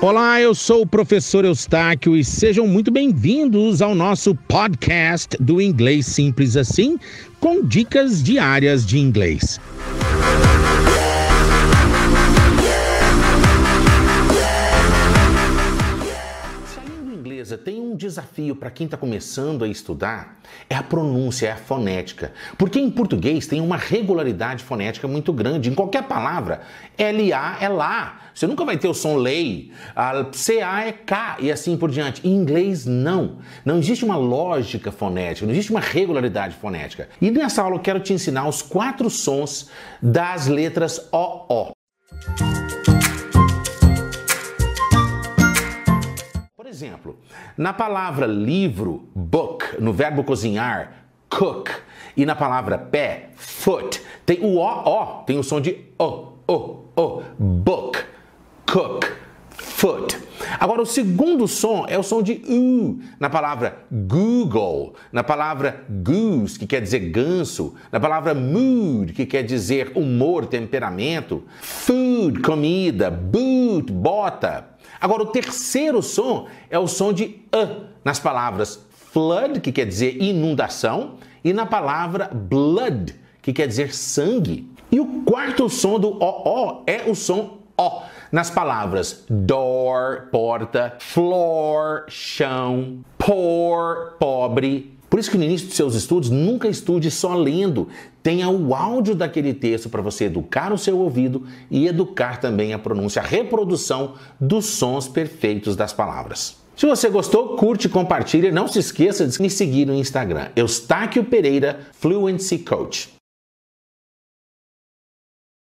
Olá, eu sou o professor Eustáquio e sejam muito bem-vindos ao nosso podcast do Inglês Simples Assim, com dicas diárias de inglês. Se a língua inglesa tem um desafio para quem está começando a estudar, é a pronúncia, é a fonética. Porque em português tem uma regularidade fonética muito grande. Em qualquer palavra, L-A é lá. Você nunca vai ter o som lei, C-A é K e assim por diante. Em inglês, não. Não existe uma lógica fonética, não existe uma regularidade fonética. E nessa aula eu quero te ensinar os 4 sons das letras O-O. Por exemplo, na palavra livro, book, no verbo cozinhar, cook, e na palavra pé, foot, tem o O-O, tem o som de O, book, cook, foot. Agora, o segundo som é o som de U, na palavra Google, na palavra goose, que quer dizer ganso, na palavra mood, que quer dizer humor, temperamento, food, comida, boot, bota. Agora, o terceiro som é o som de nas palavras flood, que quer dizer inundação, e na palavra blood, que quer dizer sangue. E o quarto som do O é o som O, nas palavras door, porta, floor, chão, poor, pobre. Por isso que no início dos seus estudos, nunca estude só lendo. Tenha o áudio daquele texto para você educar o seu ouvido e educar também a pronúncia, a reprodução dos sons perfeitos das palavras. Se você gostou, curte, compartilha e não se esqueça de me seguir no Instagram, Eustáquio Pereira Fluency Coach.